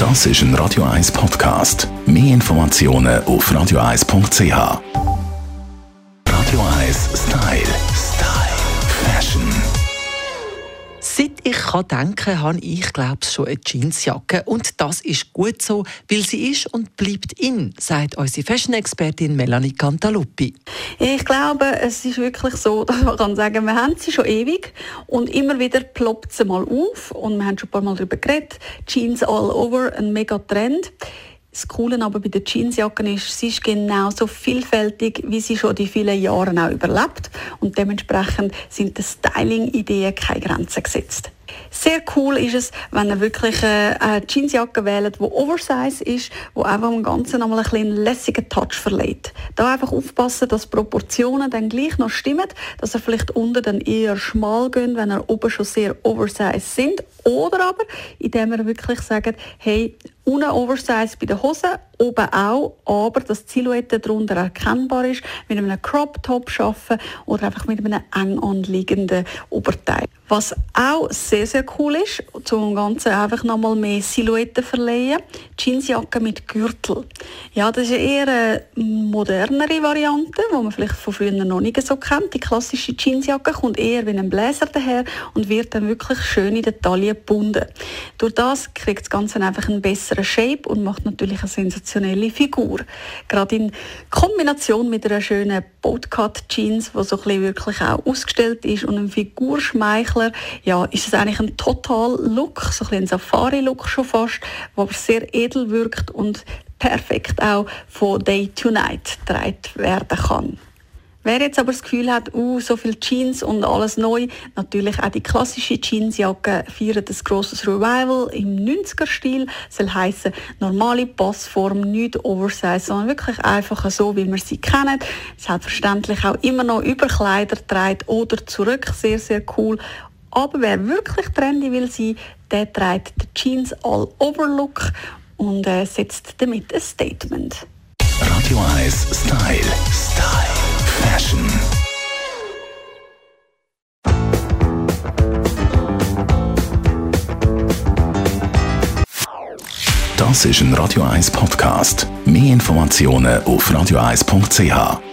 Das ist ein Radio 1 Podcast. Mehr Informationen auf radio1.ch. Radio 1 Style. Fashion. Seit ich denken kann, habe ich, glaube ich, schon eine Jeansjacke. Und das ist gut so, weil sie ist und bleibt in, sagt unsere Fashion-Expertin Melanie Cantaluppi. Ich glaube, es ist wirklich so, dass man kann sagen, wir haben sie schon ewig und immer wieder ploppt sie mal auf. Und wir haben schon ein paar Mal darüber geredet. Jeans all over, ein mega Trend. Das Coole aber bei den Jeansjacken ist, sie ist genauso vielfältig, wie sie schon die vielen Jahre auch überlebt. Und dementsprechend sind den Styling-Ideen keine Grenzen gesetzt. Sehr cool ist es, wenn ihr wirklich eine Jeansjacke wählt, die Oversize ist, die einfach dem Ganzen nochmal ein bisschen einen lässigen Touch verleiht. Da einfach aufpassen, dass die Proportionen dann gleich noch stimmen, dass ihr vielleicht unten dann eher schmal geht, wenn ihr oben schon sehr Oversize sind. Oder aber, indem ihr wirklich sagt, hey, unten Oversize bei den Hosen, oben auch, aber dass die Silhouette darunter erkennbar ist, mit einem Crop-Top arbeiten oder einfach mit einem eng anliegenden Oberteil. Was auch sehr, sehr cool ist, zum Ganzen einfach nochmal mehr Silhouette verleihen, Jeansjacke mit Gürtel. Ja, das ist eher eine modernere Variante, die man vielleicht von früher noch nicht so kennt. Die klassische Jeansjacke kommt eher wie ein Bläser daher und wird dann wirklich schön in den Taillen gebunden. Durch das kriegt das Ganze einfach einen besseren Shape und macht natürlich eine sensationelle Figur. Gerade in Kombination mit einer schönen Boatcut-Jeans, die so ein bisschen wirklich auch ausgestellt ist und ein Figurschmeichler, ja, ist es eigentlich ein Total-Look, so ein bisschen ein Safari-Look schon fast, der aber sehr edel wirkt und perfekt auch von Day to Night getragen werden kann. Wer jetzt aber das Gefühl hat, so viel Jeans und alles neu, natürlich auch die klassische Jeansjacke feiert ein grosses Revival im 90er-Stil. Soll heissen, normale Passform, nicht Oversize, sondern wirklich einfach so, wie wir sie kennen. Selbstverständlich auch immer noch über Kleider trägt oder zurück, sehr, sehr cool. Aber wer wirklich trendy will sein, der trägt den Jeans All-Over-Look und setzt damit ein Statement. Radio 1 Style. Fashion. Das ist ein Radio 1 Podcast. Mehr Informationen auf radio1.ch.